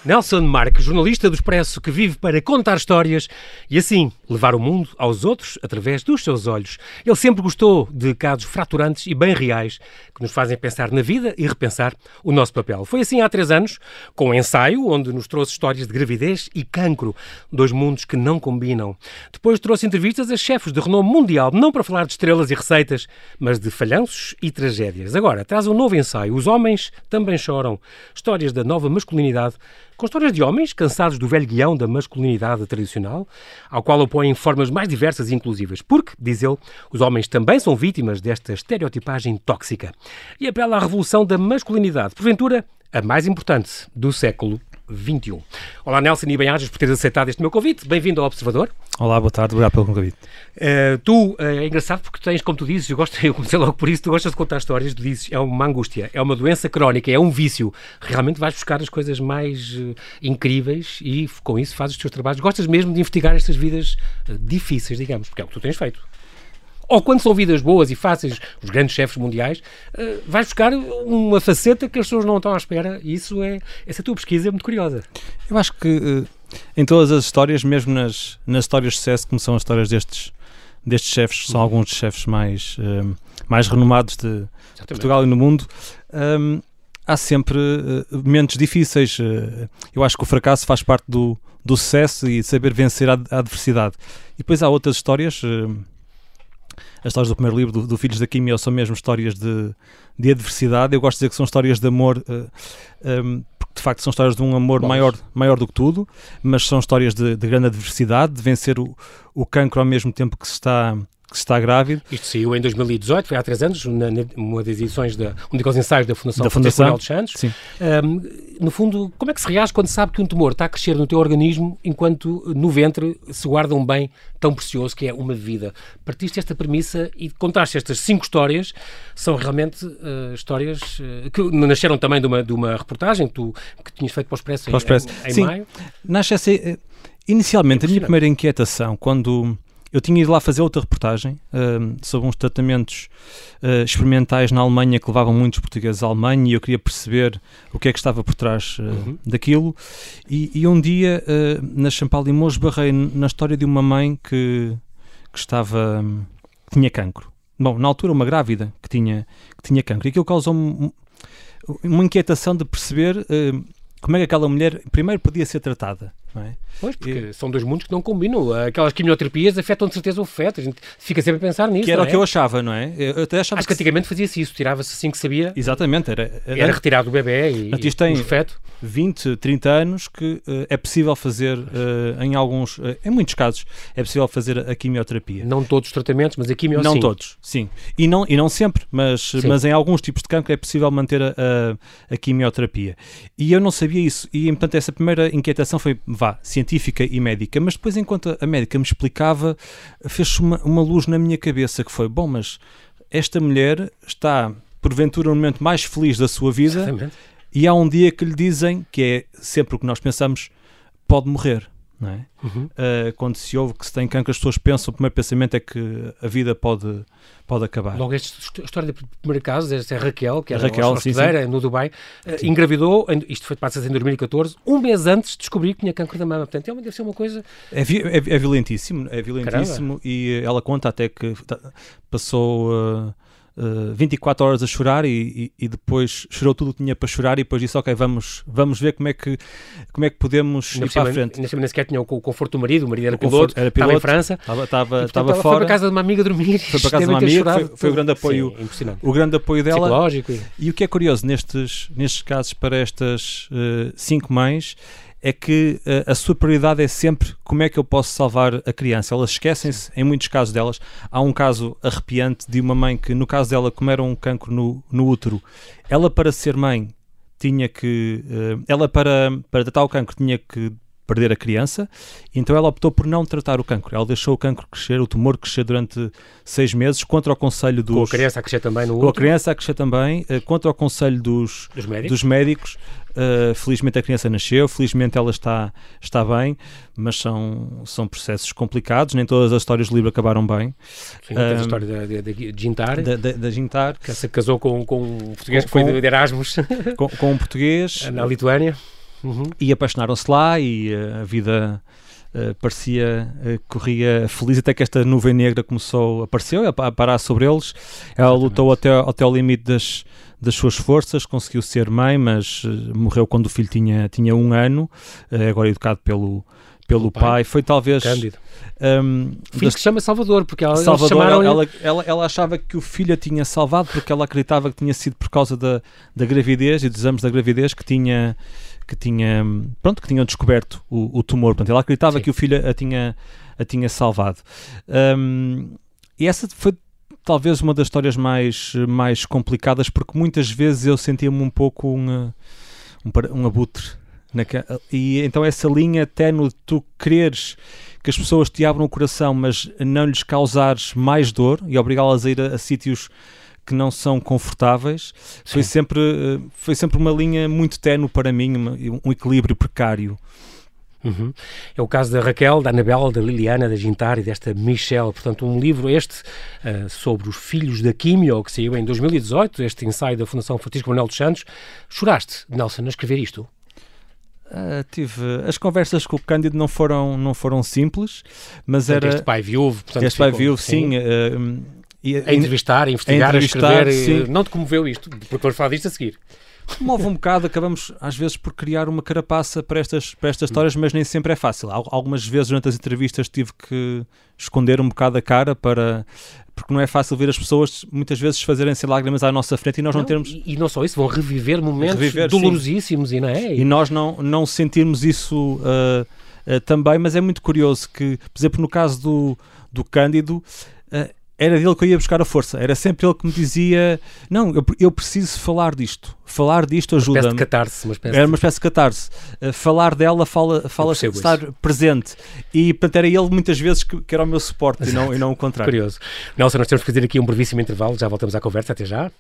Nelson Marques, jornalista do Expresso que vive para contar histórias e assim levar o mundo aos outros através dos seus olhos. Ele sempre gostou de casos fraturantes e bem reais que nos fazem pensar na vida e repensar o nosso papel. Foi assim há 3 anos, com um ensaio onde nos trouxe histórias de gravidez e cancro, 2 mundos que não combinam. Depois trouxe entrevistas a chefes de renome mundial, não para falar de estrelas e receitas, mas de falhanços e tragédias. Agora, traz um novo ensaio, Os Homens Também Choram, histórias da nova masculinidade, com histórias de homens cansados do velho guião da masculinidade tradicional, ao qual opõem formas mais diversas e inclusivas, porque, diz ele, os homens também são vítimas desta estereotipagem tóxica. E apela à revolução da masculinidade, porventura, a mais importante do século XXI. Olá, Nelson, e bem-ajas por teres aceitado este meu convite. Bem-vindo ao Observador. Olá, boa tarde, obrigado pelo convite. É engraçado porque tens, como tu dizes, eu comecei logo por isso, tu gostas de contar histórias, tu dizes, é uma angústia, é uma doença crónica, é um vício. Realmente vais buscar as coisas mais incríveis e com isso fazes os teus trabalhos. Gostas mesmo de investigar estas vidas difíceis, digamos, porque é o que tu tens feito. Ou quando são vidas boas e fáceis, os grandes chefes mundiais, vais buscar uma faceta que as pessoas não estão à espera e essa tua pesquisa é muito curiosa. Eu acho que em todas as histórias, mesmo nas histórias de sucesso, como são as histórias destes chefes, que são alguns dos chefes mais renomados de Exatamente. Portugal e no mundo, há sempre momentos difíceis. Eu acho que o fracasso faz parte do sucesso e saber vencer a adversidade. E depois há outras histórias. As histórias do primeiro livro, do Filhos da Química, são mesmo histórias de adversidade. Eu gosto de dizer que são histórias de amor, porque de facto são histórias de um amor maior do que tudo, mas são histórias de grande adversidade, de vencer o cancro ao mesmo tempo que se está grávido. Isto saiu em 2018, foi há 3 anos, numa das edições, um daqueles ensaios da Fundação dos Santos. Sim. No fundo, como é que se reage quando sabe que um tumor está a crescer no teu organismo enquanto no ventre se guarda um bem tão precioso que é uma vida? Partiste esta premissa e contaste estas 5 histórias, são realmente histórias que nasceram também de uma reportagem que tinhas feito para o Expresso em maio. Nasce inicialmente, a minha primeira inquietação, quando eu tinha ido lá fazer outra reportagem sobre uns tratamentos experimentais na Alemanha que levavam muitos portugueses à Alemanha, e eu queria perceber o que é que estava por trás daquilo. E um dia, na Champalimau, esbarrei na história de uma mãe que tinha cancro. Bom, na altura uma grávida que tinha cancro. E aquilo causou-me uma inquietação de perceber como é que aquela mulher, primeiro, podia ser tratada, não é? Pois, porque são 2 mundos que não combinam. Aquelas quimioterapias afetam de certeza o feto. A gente fica sempre a pensar nisso. Que era o que eu achava, não é? Eu até achava Acho que antigamente fazia-se isso. Tirava-se assim que sabia. Exatamente. Era retirado o bebê e o feto. 20, 30 anos que é possível fazer, em muitos casos, é possível fazer a quimioterapia. Não todos os tratamentos, mas a quimio não sim. Não todos, sim. E não sempre, mas em alguns tipos de cancro é possível manter a quimioterapia. E eu não sabia isso. E, portanto, essa primeira inquietação foi, científica e médica. Mas depois, enquanto a médica me explicava, fez-se uma luz na minha cabeça que foi, mas esta mulher está, porventura, no momento mais feliz da sua vida. Exatamente. E há um dia que lhe dizem, que é sempre o que nós pensamos, pode morrer, não é? Quando se ouve que se tem cancro, as pessoas pensam, o primeiro pensamento é que a vida pode acabar. Logo, esta história do primeiro caso, esta é a Raquel, que era hospedeira no Dubai, engravidou, isto foi passa em 2014, um mês antes de descobrir que tinha cancro da mama. Portanto, deve ser uma coisa... É violentíssimo, Caramba. E ela conta até que passou 24 horas a chorar e depois chorou tudo o que tinha para chorar e depois disse, ok, vamos ver como é que podemos ir para a frente. Nem sequer tinha o conforto do marido, o marido era piloto, estava em França, estava fora. Foi para casa de uma amiga dormir. Foi para casa de uma amiga, foi o grande apoio, o grande apoio dela. Psicológico. E o que é curioso nestes casos para estas 5 mães é que a sua prioridade é sempre como é que eu posso salvar a criança. Elas esquecem-se, em muitos casos delas. Há um caso arrepiante de uma mãe que, no caso dela, como era um cancro no útero, ela, para ser mãe, tinha que... ela, para tratar o cancro, tinha que perder a criança, então ela optou por não tratar o cancro. Ela deixou o cancro crescer, o tumor crescer durante 6 meses, contra o conselho dos... Com a criança a crescer também no útero. Com a criança a crescer também, contra o conselho dos médicos. Felizmente a criança nasceu, felizmente ela está bem, mas são processos complicados, nem todas as histórias do livro acabaram bem. Sim, tens a história de Gintar, da Gintar, que se casou com um português que foi de Erasmus com um português na Lituânia. e apaixonaram-se lá e a vida corria feliz até que esta nuvem negra apareceu a parar sobre eles. Ela lutou até ao limite das suas forças, conseguiu ser mãe, mas morreu quando o filho tinha 1 ano, agora educado pelo pai. Foi talvez... Cândido. Filho que se chama Salvador, porque ela achava que o filho a tinha salvado porque ela acreditava que tinha sido por causa da gravidez e dos exames da gravidez que tinham descoberto o tumor. Portanto, ela acreditava que o filho a tinha salvado. E essa foi talvez uma das histórias mais complicadas, porque muitas vezes eu sentia-me um pouco um abutre. E então essa linha até no tu quereres que as pessoas te abram o coração, mas não lhes causares mais dor e obrigá-las a ir a sítios que não são confortáveis, foi sempre uma linha muito ténue para mim, um equilíbrio precário. É o caso da Raquel, da Anabela, da Liliana, da Gintar e desta Michelle. Portanto, um livro sobre os filhos da quimio, que saiu em 2018, este ensaio da Fundação Francisco Manuel dos Santos. Choraste, Nelson, a escrever isto? As conversas com o Cândido não foram simples, mas era... Este pai viúvo, portanto... Este pai viúvo, sim. A entrevistar, a investigar, a escrever, não te comoveu isto? Porque vamos falar disto a seguir. Move um bocado, acabamos às vezes por criar uma carapaça para estas histórias, mas nem sempre é fácil. Algumas vezes durante as entrevistas tive que esconder um bocado a cara porque não é fácil ver as pessoas muitas vezes fazerem-se lágrimas à nossa frente e nós não termos... E não só isso, vão reviver momentos dolorosíssimos, e não é? E nós não sentirmos isso também, mas é muito curioso que, por exemplo, no caso do Cândido... era dele que eu ia buscar a força, era sempre ele que me dizia, não, eu preciso falar disto ajuda-me. Era uma espécie de catarse. Falar dela fala estar presente, e portanto era ele muitas vezes que era o meu suporte e não o contrário. Curioso. Nelson, nós temos que fazer aqui um brevíssimo intervalo, já voltamos à conversa, até já.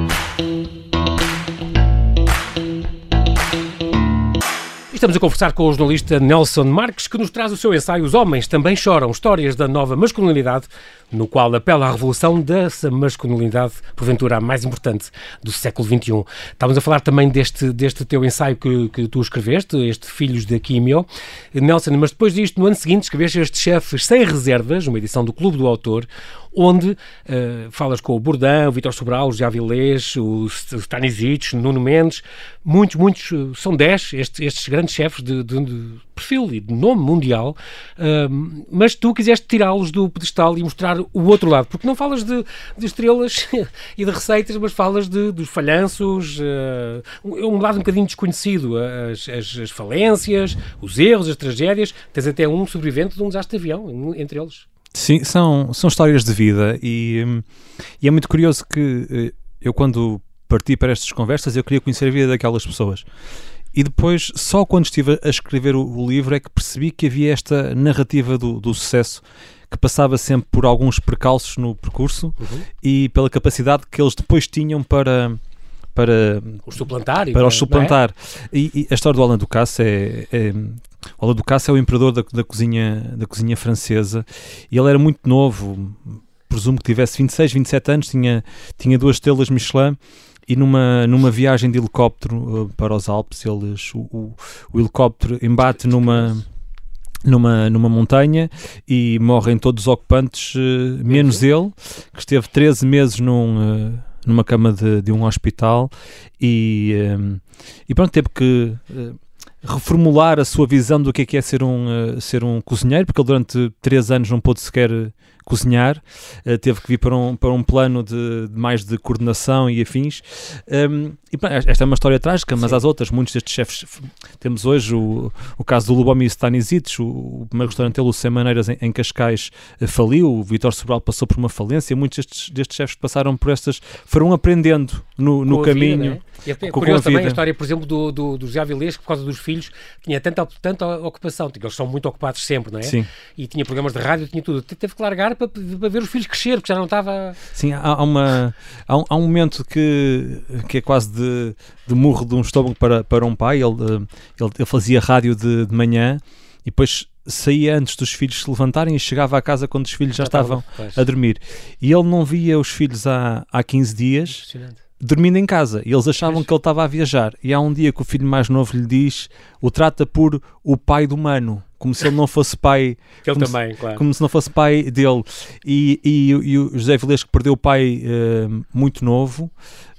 Estamos a conversar com o jornalista Nelson Marques, que nos traz o seu ensaio Os Homens Também Choram, histórias da nova masculinidade, no qual apela à revolução dessa masculinidade, porventura a mais importante do século XXI. Estávamos a falar também deste teu ensaio que tu escreveste, este Filhos da Quimio. Nelson, mas depois disto, no ano seguinte, escreveste este Chefes Sem Reservas, uma edição do Clube do Autor, onde falas com o Bourdin, o Vítor Sobral, o José Avilés, o Stanisic, o Nuno Mendes, muitos, são 10 estes grandes chefes de perfil e de nome mundial, mas tu quiseste tirá-los do pedestal e mostrar o outro lado, porque não falas de estrelas e de receitas, mas falas dos falhanços, um lado um bocadinho desconhecido, as falências, os erros, as tragédias. Tens até um sobrevivente de um desastre de avião, entre eles. Sim, são histórias de vida e é muito curioso que eu, quando parti para estas conversas, eu queria conhecer a vida daquelas pessoas. E depois, só quando estive a escrever o livro, é que percebi que havia esta narrativa do sucesso, que passava sempre por alguns percalços no percurso e pela capacidade que eles depois tinham para os suplantar. Para os suplantar. É? E a história do Alain Ducasse o Alain Ducasse é o imperador da cozinha francesa, e ele era muito novo, presumo que tivesse 26, 27 anos, tinha 2 estrelas Michelin, e numa viagem de helicóptero para os Alpes, o helicóptero embate numa montanha e morrem todos os ocupantes, menos ele, que esteve 13 meses numa cama de um hospital, e pronto, teve que reformular a sua visão do que é ser um cozinheiro, porque ele durante 3 anos não pôde sequer cozinhar, teve que vir para um plano mais de coordenação e afins, e esta é uma história trágica, mas há outras, muitos destes chefes. Temos hoje o caso do Lubomir Stanisic, o primeiro restaurante dele, o Sem Maneiras, em Cascais, faliu, o Vítor Sobral passou por uma falência, muitos destes chefes passaram por foram aprendendo no caminho. Vida, é? E é curioso também a história, por exemplo, do José Avilés, que por causa dos filhos tinha tanta ocupação, eles são muito ocupados sempre, não é? Sim. E tinha programas de rádio, tinha tudo, teve que largar para ver os filhos crescer, porque já não estava... Sim, há um momento que é quase de murro de um estômago para um pai. Ele fazia rádio de manhã e depois saía antes dos filhos se levantarem e chegava à casa quando os filhos já estavam a dormir. E ele não via os filhos há 15 dias. dormindo em casa, e eles achavam que ele estava a viajar, e há um dia que o filho mais novo lhe diz, o trata por o pai do Mano, como se ele não fosse pai, ele também, claro. Como se não fosse pai dele, e o José Vilés, que perdeu o pai muito novo,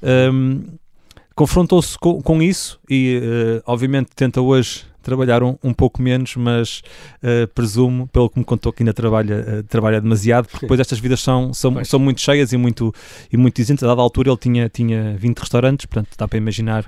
confrontou-se com isso e obviamente tenta hoje trabalhar um pouco menos, mas presumo, pelo que me contou, que ainda trabalha demasiado, porque depois estas vidas são muito cheias e muito exigentes. A dada altura ele tinha 20 restaurantes, portanto dá para imaginar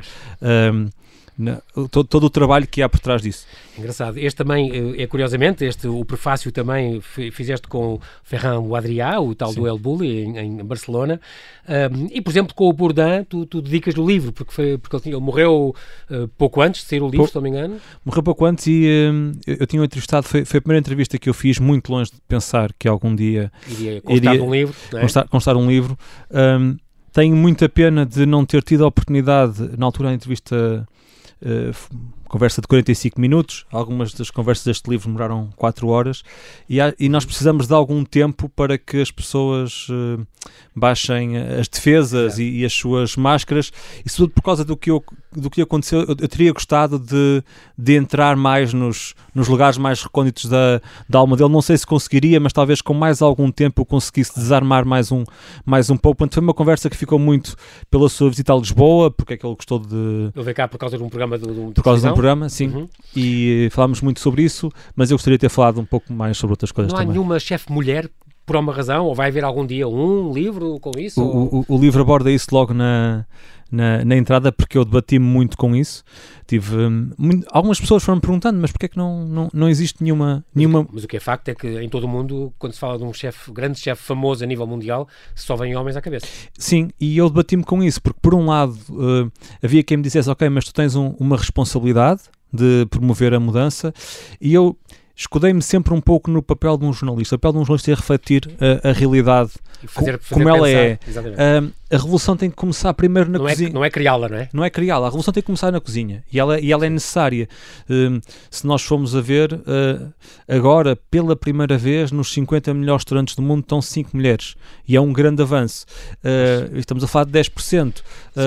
todo o trabalho que há por trás disso. Engraçado. Este também, curiosamente, o prefácio também fizeste com Ferran Adrià, o tal do El Bulli, em Barcelona, e, por exemplo, com o Bourdain, tu dedicas o livro, porque ele morreu pouco antes de sair o livro, se não me engano. Morreu pouco antes e eu tinha entrevistado, foi a primeira entrevista que eu fiz, muito longe de pensar que algum dia iria constar um livro. Não é? Constar um livro. Tenho muita pena de não ter tido a oportunidade, na altura da entrevista, conversa de 45 minutos, algumas das conversas deste livro demoraram 4 horas e nós precisamos de algum tempo para que as pessoas baixem as defesas e as suas máscaras, e sobretudo por causa do que aconteceu. Eu teria gostado de entrar mais nos lugares mais recônditos da alma dele. Não sei se conseguiria, mas talvez com mais algum tempo eu conseguisse desarmar mais um pouco. Portanto, foi uma conversa que ficou muito pela sua visita a Lisboa, porque é que ele gostou de... Ele veio cá por causa de um programa por causa de um programa, sim. E falámos muito sobre isso, mas eu gostaria de ter falado um pouco mais sobre outras coisas também. Não há nenhuma chefe mulher por alguma razão, ou vai haver algum dia um livro com isso? O livro aborda isso logo na entrada, porque eu debati-me muito com isso. Algumas pessoas foram perguntando, mas porquê é que não existe nenhuma... Mas o que é facto é que em todo o mundo, quando se fala de um grande chefe famoso a nível mundial, só vêm homens à cabeça. Sim, e eu debati-me com isso, porque por um lado havia quem me dissesse, ok, mas tu tens uma responsabilidade de promover a mudança, e eu escudei-me sempre um pouco no papel de um jornalista. O papel de um jornalista é refletir a realidade como ela é. A revolução tem que começar primeiro na cozinha. Não é criá-la, não é? Não é criá-la. A revolução tem que começar na cozinha. E ela é necessária. Se nós formos a ver, agora, pela primeira vez, nos 50 melhores restaurantes do mundo estão 5 mulheres. E é um grande avanço. Estamos a falar de 10%.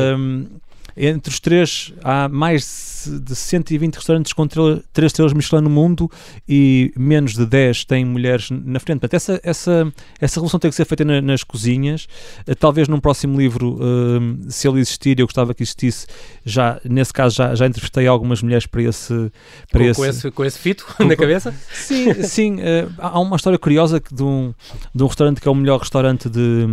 Entre os três há mais de 120 restaurantes com 3 estrelas Michelin no mundo e menos de 10 têm mulheres na frente. Portanto, essa revolução tem que ser feita nas cozinhas. Talvez num próximo livro, se ele existir, eu gostava que existisse, nesse caso já entrevistei algumas mulheres para esse... Com esse fito na cabeça? Sim. Há uma história curiosa de um restaurante que é o melhor restaurante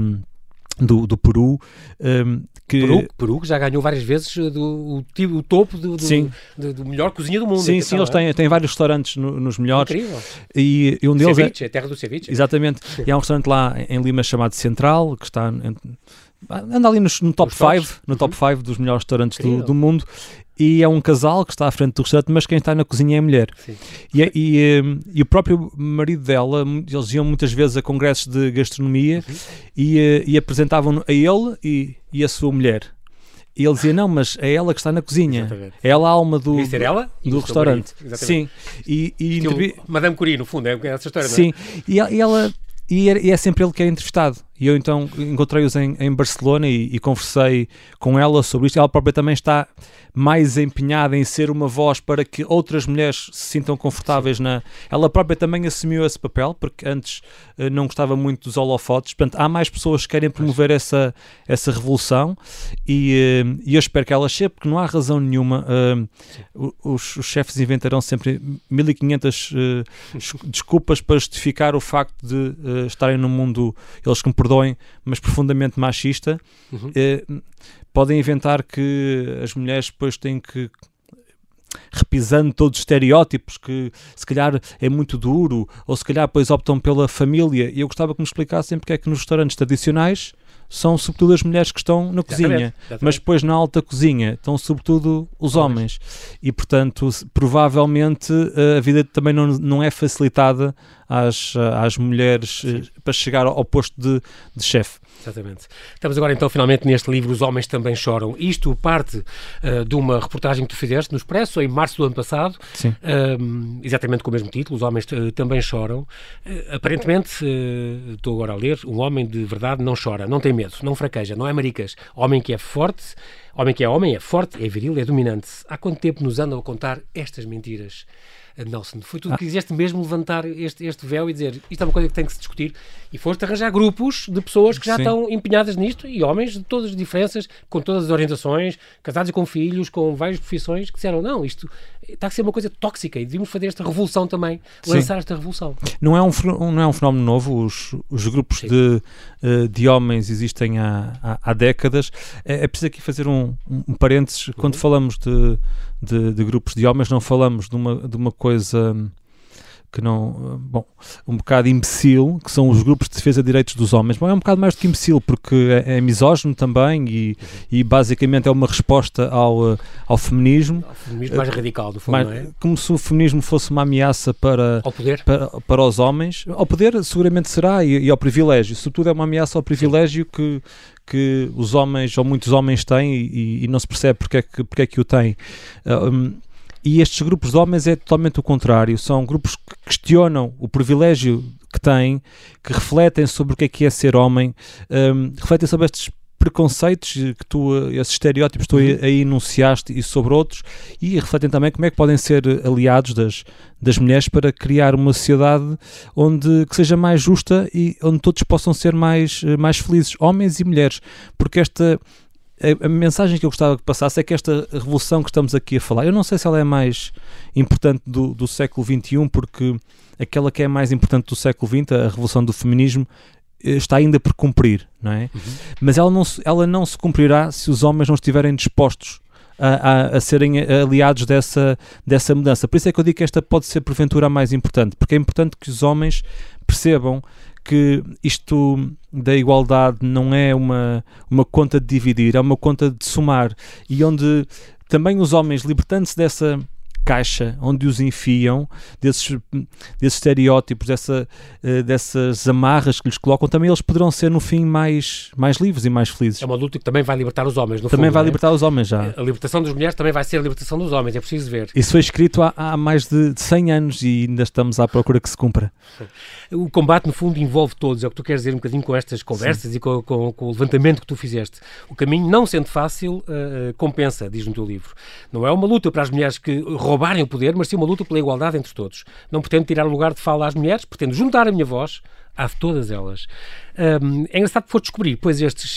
do Peru, Peru, que já ganhou várias vezes o topo do melhor cozinha do mundo. Sim, eles têm vários restaurantes nos melhores. Incrível. E um deles ceviche, é a terra do ceviche. Exatamente. E há um restaurante lá em Lima chamado Central, que anda ali no top 5, no top 5 dos melhores restaurantes do mundo. E é um casal que está à frente do restaurante, mas quem está na cozinha é a mulher. E o próprio marido dela, eles iam muitas vezes a congressos de gastronomia e apresentavam a ele e a sua mulher. E ele dizia, não, mas é ela que está na cozinha. Exatamente. É ela a alma do restaurante. Sim. Madame Curie, no fundo, é essa história, sim. Não é? E é sempre ele que é entrevistado. E eu então encontrei-os em Barcelona e conversei com ela sobre isto. Ela própria também está mais empenhada em ser uma voz para que outras mulheres se sintam confortáveis. Ela própria também assumiu esse papel, porque antes não gostava muito dos holofotes. Portanto, há mais pessoas que querem promover essa revolução e eu espero que ela chegue, porque não há razão nenhuma. Os chefes inventarão sempre 1500 desculpas para justificar o facto de estarem num mundo, eles que me perdoem, mas profundamente machista. Podem inventar que as mulheres depois têm que, repisando todos os estereótipos, que se calhar é muito duro, ou se calhar depois optam pela família. E eu gostava que me explicassem porque é que nos restaurantes tradicionais são sobretudo as mulheres que estão na cozinha, mas depois na alta cozinha estão sobretudo os homens. E portanto, provavelmente a vida também não é facilitada às mulheres para chegar ao posto de chefe. Exatamente. Estamos agora então finalmente neste livro Os Homens Também Choram. Isto parte de uma reportagem que tu fizeste no Expresso em março do ano passado, exatamente com o mesmo título, Os Homens Também Choram. Aparentemente, estou agora a ler, um homem de verdade não chora, não tem medo, não fraqueja, não é maricas. Homem que é forte, homem é forte, é viril, é dominante. Há quanto tempo nos andam a contar estas mentiras, Nelson? Foi tu que quiseste mesmo levantar este véu e dizer isto é uma coisa que tem que se discutir, e foste arranjar grupos de pessoas que já estão empenhadas nisto, e homens de todas as diferenças, com todas as orientações, casados com filhos, com várias profissões, que disseram, não, isto está a ser uma coisa tóxica e devíamos fazer esta revolução também, lançar esta revolução. Não é um fenómeno novo, os grupos de homens existem há décadas. É preciso aqui fazer um parênteses. Quando falamos de grupos de homens, não falamos de uma coisa que não, um bocado imbecil, que são os grupos de defesa de direitos dos homens. Bom, é um bocado mais do que imbecil, porque é misógino também e basicamente é uma resposta ao feminismo. Ao feminismo mais radical, do fundo, não é? Como se o feminismo fosse uma ameaça ao poder. Para os homens. Ao poder seguramente será, e ao privilégio. Sobretudo é uma ameaça ao privilégio que os homens, ou muitos homens têm, e não se percebe porque é que o têm. E estes grupos de homens é totalmente o contrário, são grupos que questionam o privilégio que têm, que refletem sobre o que é ser homem, refletem sobre estes preconceitos que esses estereótipos que tu aí enunciaste e sobre outros, e refletem também como é que podem ser aliados das mulheres para criar uma sociedade que seja mais justa e onde todos possam ser mais felizes, homens e mulheres, porque a mensagem que eu gostava que passasse é que esta revolução que estamos aqui a falar, eu não sei se ela é mais importante do século XXI, porque aquela que é mais importante do século XX, a revolução do feminismo, está ainda por cumprir, não é? Mas ela não se cumprirá se os homens não estiverem dispostos a serem aliados dessa mudança. Por isso é que eu digo que esta pode ser porventura a mais importante, porque é importante que os homens percebam que isto da igualdade não é uma conta de dividir, é uma conta de somar, e onde também os homens, libertando-se dessa caixa onde os enfiam, desses estereótipos, dessas amarras que lhes colocam, também eles poderão ser no fim mais livres e mais felizes. É uma luta que também vai libertar os homens, no fundo. Também vai libertar os homens, já. A libertação das mulheres também vai ser a libertação dos homens, é preciso ver. Isso foi escrito há mais de 100 anos e ainda estamos à procura que se cumpra. O combate, no fundo, envolve todos, é o que tu queres dizer um bocadinho com estas conversas. Sim. E com o levantamento que tu fizeste. O caminho, não sendo fácil, compensa, diz no teu livro. Não é uma luta para as mulheres que roubarem o poder, mas sim uma luta pela igualdade entre todos. Não pretendo tirar o lugar de fala às mulheres, pretendo juntar a minha voz à de todas elas. É engraçado que for descobrir, pois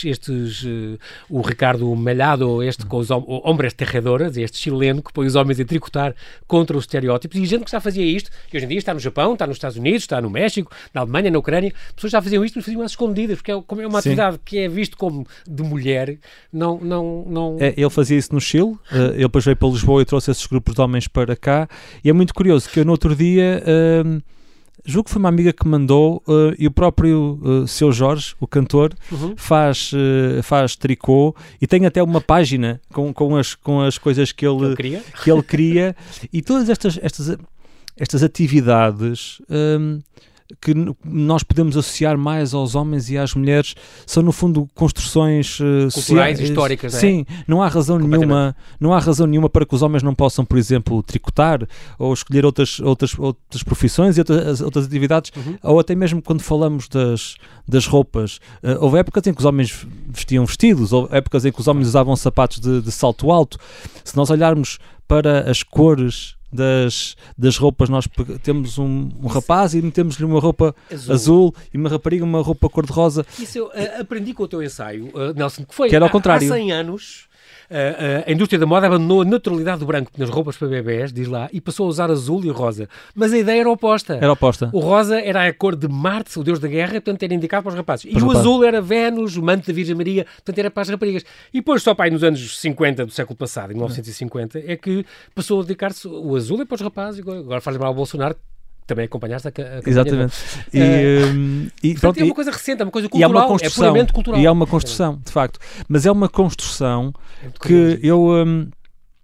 o Ricardo Malhado, com os Hombres Terredoras, este chileno que põe os homens a tricotar contra os estereótipos, e gente que já fazia isto, que hoje em dia está no Japão, está nos Estados Unidos, está no México, na Alemanha, na Ucrânia, pessoas já faziam isto, mas faziam às escondidas, porque é uma atividade que é visto como de mulher, não... Ele fazia isso no Chile, ele depois veio para Lisboa e trouxe esses grupos de homens para cá, e é muito curioso que eu no outro dia... julgo que foi uma amiga que mandou, e o próprio Seu Jorge, o cantor, faz tricô e tem até uma página com as coisas que ele cria, e todas estas atividades que nós podemos associar mais aos homens e às mulheres são no fundo construções culturais e históricas, não é? Sim, não há razão nenhuma para que os homens não possam, por exemplo, tricotar ou escolher outras profissões e outras atividades, ou até mesmo quando falamos das roupas. Houve épocas em que os homens vestiam vestidos, houve épocas em que os homens usavam sapatos de salto alto. Se nós olharmos para as cores das roupas, nós temos um rapaz e metemos-lhe uma roupa azul e uma rapariga uma roupa cor-de-rosa. Isso eu aprendi com o teu ensaio, Nelson, que foi que era ao contrário. Há 100 anos. A indústria da moda abandonou a naturalidade do branco nas roupas para bebés, diz lá, e passou a usar azul e rosa. Mas a ideia era oposta. O rosa era a cor de Marte, o deus da guerra, portanto era indicado para os rapazes. E o azul era Vênus, o manto da Virgem Maria, portanto era para as raparigas. E depois, só para aí nos anos 50 do século passado, em 1950, é que passou a dedicar-se, o azul é para os rapazes, agora faz lembrar o Bolsonaro, também acompanhaste a campanha. Exatamente. Portanto, é uma coisa recente, é uma coisa cultural, é puramente cultural. E é uma construção, de facto. Mas é uma construção que eu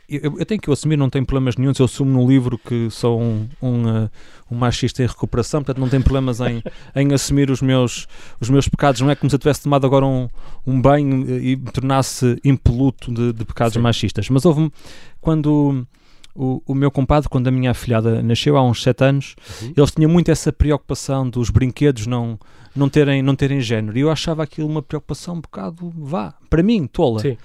eu tenho que o assumir, não tenho problemas nenhums. Eu assumo no livro que sou um machista em recuperação, portanto não tenho problemas em assumir os meus pecados. Não é como se eu tivesse tomado agora um banho e me tornasse impoluto de pecados machistas. Mas quando o meu compadre, quando a minha afilhada nasceu há uns 7 anos, eles tinham muito essa preocupação dos brinquedos não terem género. E eu achava aquilo uma preocupação um bocado, para mim, tola. Sim.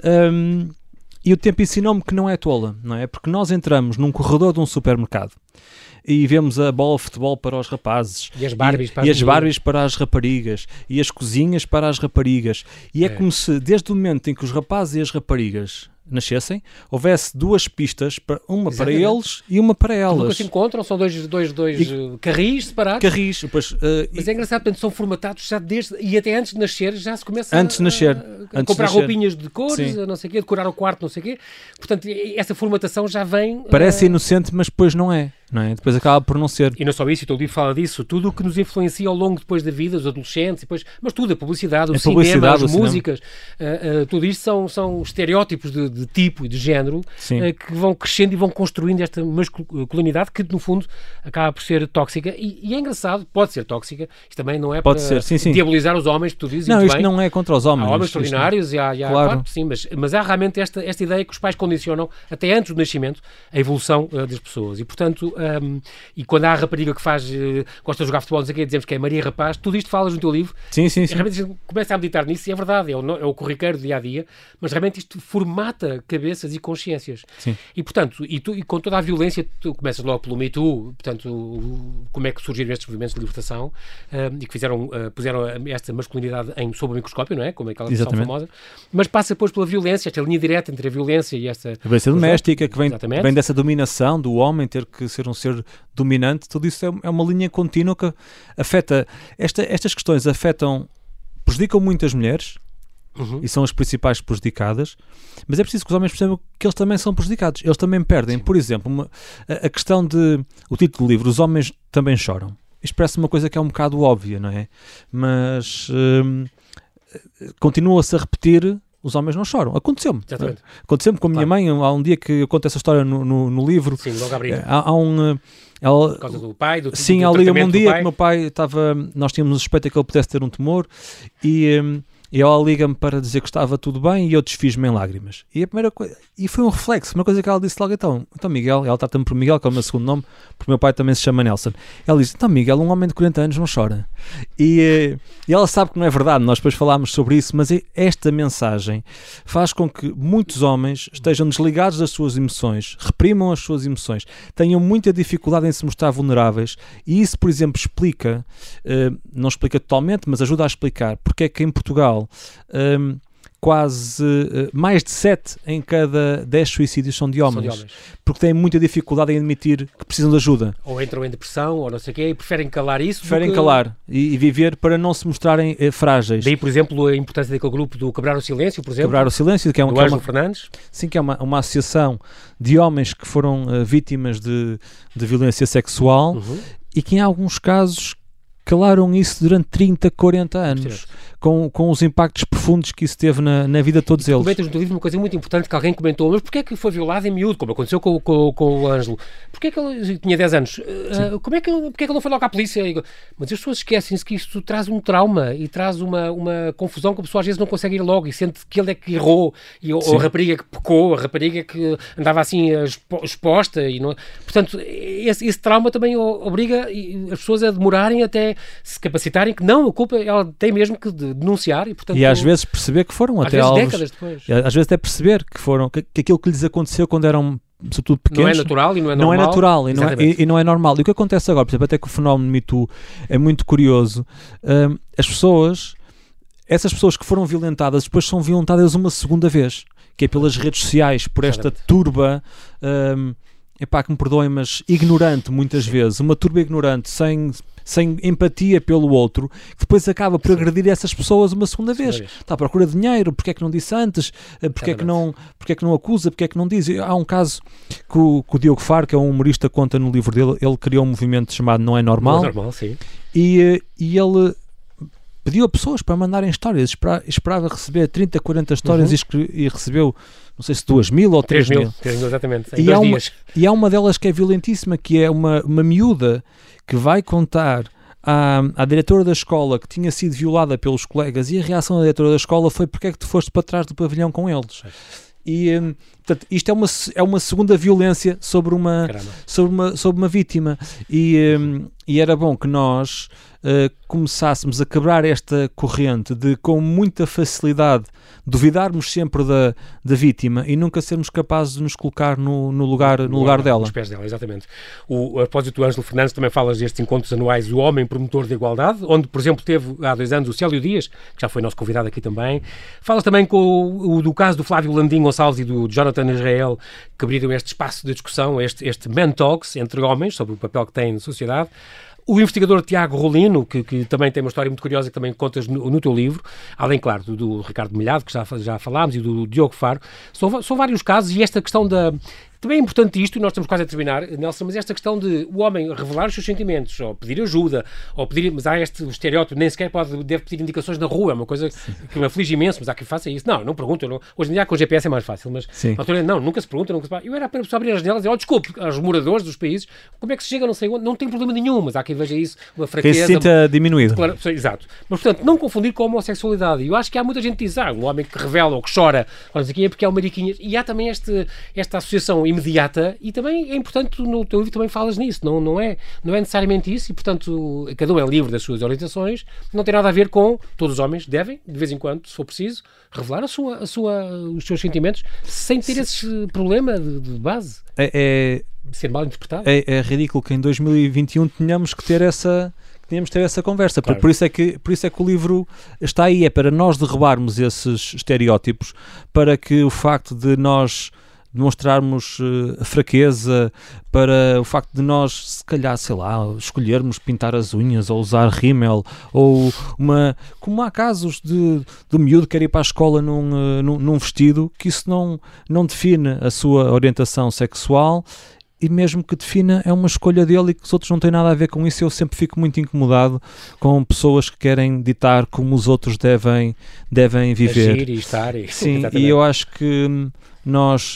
E o tempo ensinou-me que não é tola, não é? Porque nós entramos num corredor de um supermercado e vemos a bola de futebol para os rapazes e as Barbies, para as raparigas e as cozinhas para as raparigas. E é como se, desde o momento em que os rapazes e as raparigas nascessem, houvesse 2 pistas, uma para eles e uma para elas. Nunca se encontram, são dois carris separados. Mas é engraçado, portanto, são formatados já desde, e até antes de nascer, já se começa a comprar roupinhas de cores, não sei o quê, decorar o quarto, não sei o quê. Portanto, essa formatação já vem... Parece inocente, mas depois não é. Depois acaba por não ser. E não só isso, o teu livro fala disso, tudo o que nos influencia ao longo depois da vida, os adolescentes, mas tudo, a publicidade, o cinema, as músicas, tudo isto são estereótipos de tipo e de género que vão crescendo e vão construindo esta masculinidade que, no fundo, acaba por ser tóxica. E é engraçado, pode ser tóxica, isto também não é para diabolizar os homens, que tu dizes. Não, isto não é contra os homens. Há homens extraordinários, claro, sim, mas há realmente esta ideia que os pais condicionam, até antes do nascimento, a evolução das pessoas. E, portanto, e quando há a rapariga que gosta de jogar futebol, não sei o quê, dizemos que é Maria Rapaz, tudo isto falas no teu livro. Sim. Realmente a gente começa a meditar nisso, e é verdade, é o corriqueiro do dia-a-dia, mas realmente isto formata cabeças e consciências. Sim. E, portanto, e com toda a violência, tu começas logo pelo Me Too, portanto, como é que surgiram estes movimentos de libertação e que puseram esta masculinidade sob o microscópio, não é? Como é aquela expressão famosa, mas passa depois pela violência, esta linha direta entre a violência e esta... A violência doméstica, que vem dessa dominação do homem ter que ser um ser dominante, tudo isso é uma linha contínua que afeta... Estas questões prejudicam muitas mulheres, e são as principais prejudicadas, mas é preciso que os homens percebam que eles também são prejudicados, eles também perdem. Sim. Por exemplo, a questão o título do livro, Os Homens Também Choram. Isto parece uma coisa que é um bocado óbvia, não é? Mas continua-se a repetir, os homens não choram. Aconteceu-me. Exatamente. Aconteceu-me com a minha mãe, há um dia que eu conto essa história no livro. Sim, logo à briga. Por causa do pai, do sim, ela liga-me um dia que o meu pai estava... Nós tínhamos suspeita que ele pudesse ter um tumor e ela liga-me para dizer que estava tudo bem e eu desfiz-me em lágrimas. E a primeira coisa... E foi um reflexo. Uma coisa que ela disse logo, então Miguel, ela trata-me por Miguel, que é o meu segundo nome, porque o meu pai também se chama Nelson. Ela disse, então Miguel, um homem de 40 anos não chora. E ela sabe que não é verdade, nós depois falámos sobre isso, mas esta mensagem faz com que muitos homens estejam desligados das suas emoções, reprimam as suas emoções, tenham muita dificuldade em se mostrar vulneráveis, e isso, por exemplo, explica, não explica totalmente, mas ajuda a explicar porque é que em Portugal quase mais de 7 em cada 10 suicídios são de homens, porque têm muita dificuldade em admitir que precisam de ajuda. Ou entram em depressão, ou não sei o quê, e preferem calar isso. Calar e viver para não se mostrarem frágeis. Daí, por exemplo, a importância daquele grupo do Quebrar o Silêncio, por exemplo. Quebrar o Silêncio, que é do Ângelo Fernandes. Sim, que é uma associação de homens que foram vítimas de violência sexual e que em alguns casos calaram isso durante 30, 40 anos, com os impactos profundos que isso teve na vida de todos eles. Comentas no teu livro uma coisa muito importante que alguém comentou, mas porquê é que foi violado em miúdo, como aconteceu com o Ângelo? Porquê é que ele tinha 10 anos? Porquê é que ele não foi logo à polícia? Mas as pessoas esquecem-se que isto traz um trauma e traz uma confusão que a pessoa às vezes não consegue ir logo e sente que ele é que errou, ou a rapariga que pecou, a rapariga que andava assim exposta. E não... Portanto, esse trauma também obriga as pessoas a demorarem até se capacitarem que não, a culpa ela tem mesmo que denunciar e, portanto, às vezes perceber que foram até décadas depois. Às vezes até perceber que aquilo que lhes aconteceu quando eram sobretudo pequenos não é natural e não é normal. Não é natural e não é normal. E o que acontece agora, por exemplo, até que o fenómeno Me Too é muito curioso, essas pessoas que foram violentadas depois são violentadas uma segunda vez, que é pelas redes sociais, por esta turba que me perdoem, mas ignorante muitas vezes, uma turba ignorante, sem empatia pelo outro, que depois acaba por agredir essas pessoas uma segunda vez. Está à procura de dinheiro, porque é que não disse antes, porque é que não acusa, porque é que não diz. Há um caso que o Diogo Faro, que é um humorista, conta no livro dele, ele criou um movimento chamado Não é Normal. Não é Normal, sim. E ele pediu a pessoas para mandarem histórias, esperava receber 30, 40 histórias e recebeu, não sei se 2.000 ou 3.000. 3.000, exatamente, em 2 dias. E há uma delas que é violentíssima, que é uma miúda que vai contar à diretora da escola que tinha sido violada pelos colegas, e a reação da diretora da escola foi: porque é que tu foste para trás do pavilhão com eles? E, portanto, isto é uma segunda violência sobre uma vítima, e era bom que nós começássemos a quebrar esta corrente de, com muita facilidade, duvidarmos sempre da vítima e nunca sermos capazes de nos colocar no lugar dela. Nos pés dela, exatamente. A propósito, o Ângelo Fernandes também fala destes encontros anuais do Homem Promotor da Igualdade, onde, por exemplo, teve há 2 anos o Célio Dias, que já foi nosso convidado aqui também. Falas também do caso do Flávio Landim Gonçalves e do Jonathan Israel, que abriram este espaço de discussão, este Man Talks entre homens, sobre o papel que têm na sociedade. O investigador Tiago Rolino, que também tem uma história muito curiosa, que também contas no teu livro, além, claro, do Ricardo Milhado, que já falámos, e do Diogo Faro. São vários casos, e esta questão também é importante isto, e nós estamos quase a terminar, Nelson, mas esta questão de o homem revelar os seus sentimentos, ou pedir ajuda, mas há este estereótipo, nem sequer deve pedir indicações na rua, é uma coisa que me aflige imenso, mas há quem faça isso. Não pergunta. Hoje em dia com o GPS é mais fácil, mas na altura, nunca se pergunta, Eu era para a pessoa abrir as janelas e dizer: desculpe, aos moradores dos países, como é que se chega, não sei onde, não tem problema nenhum, mas há quem veja isso, uma fraqueza. Quem se sinta diminuído. Claro, exato. Mas, portanto, não confundir com a homossexualidade. E eu acho que há muita gente que diz: um homem que revela ou que chora, aqui é porque é o mariquinhas, e há também esta associação imediata. E também é importante, no teu livro também falas nisso, não é necessariamente isso, e portanto cada um é livre das suas orientações, não tem nada a ver com todos os homens devem, de vez em quando, se for preciso, revelar os seus sentimentos sem ter esse problema de base. Ser mal interpretado. É ridículo que em 2021 tenhamos que ter essa conversa, claro. Por isso é que o livro está aí, é para nós derrubarmos esses estereótipos, para que o facto de nós demonstrarmos a fraqueza, para o facto de nós, se calhar, escolhermos pintar as unhas ou usar rímel, ou como há casos do miúdo que quer ir para a escola num vestido, que isso não define a sua orientação sexual, e mesmo que defina, é uma escolha dele e que os outros não têm nada a ver com isso. Eu sempre fico muito incomodado com pessoas que querem ditar como os outros devem viver. Agir e estar. Sim, e eu acho que nós,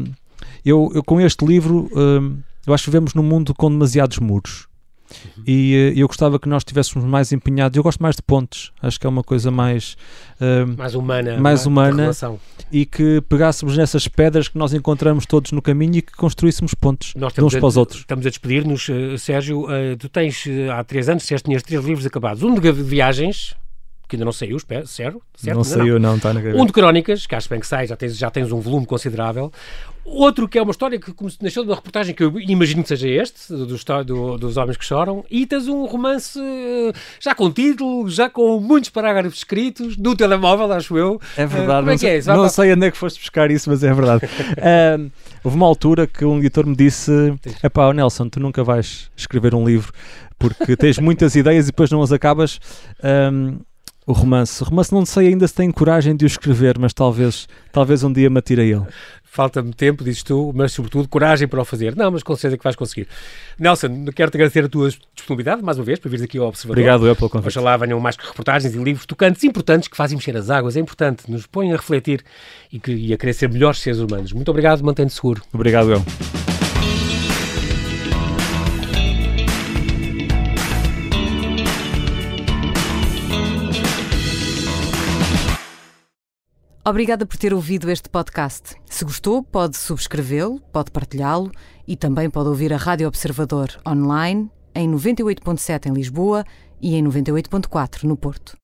eu com este livro, eu acho que vivemos num mundo com demasiados muros. E eu gostava que nós estivéssemos mais empenhados. Eu gosto mais de pontes, acho que é uma coisa mais humana e que pegássemos nessas pedras que nós encontramos todos no caminho e que construíssemos pontes uns para os outros. Estamos a despedir-nos, Sérgio. Tu tens, há 3 anos, tinhas 3 livros acabados. Um de viagens, que ainda não saiu, certo? Não saiu, não, está na cabeça. Um de crónicas, que acho bem que sai, já tens um volume considerável. Outro que é uma história que nasceu de uma reportagem que eu imagino que seja dos Homens que Choram, e tens um romance já com título, já com muitos parágrafos escritos, no telemóvel, acho eu. É verdade, como é que é? Não sei onde é que foste buscar isso, mas é verdade. Houve uma altura que um editor me disse: Nelson, tu nunca vais escrever um livro, porque tens muitas ideias e depois não as acabas. O romance não sei ainda se tenho coragem de o escrever, mas talvez um dia me atire a ele. Falta-me tempo, dizes tu, mas sobretudo coragem para o fazer. Não, mas com certeza que vais conseguir. Nelson, quero-te agradecer a tua disponibilidade, mais uma vez, para vires aqui ao Observador. Obrigado eu pelo convite. Oxalá venham mais reportagens e livros tocantes importantes que fazem mexer as águas. É importante, nos põem a refletir e a querer ser melhores seres humanos. Muito obrigado, mantém-te seguro. Obrigado eu. Obrigada por ter ouvido este podcast. Se gostou, pode subscrevê-lo, pode partilhá-lo e também pode ouvir a Rádio Observador online em 98.7 em Lisboa e em 98.4 no Porto.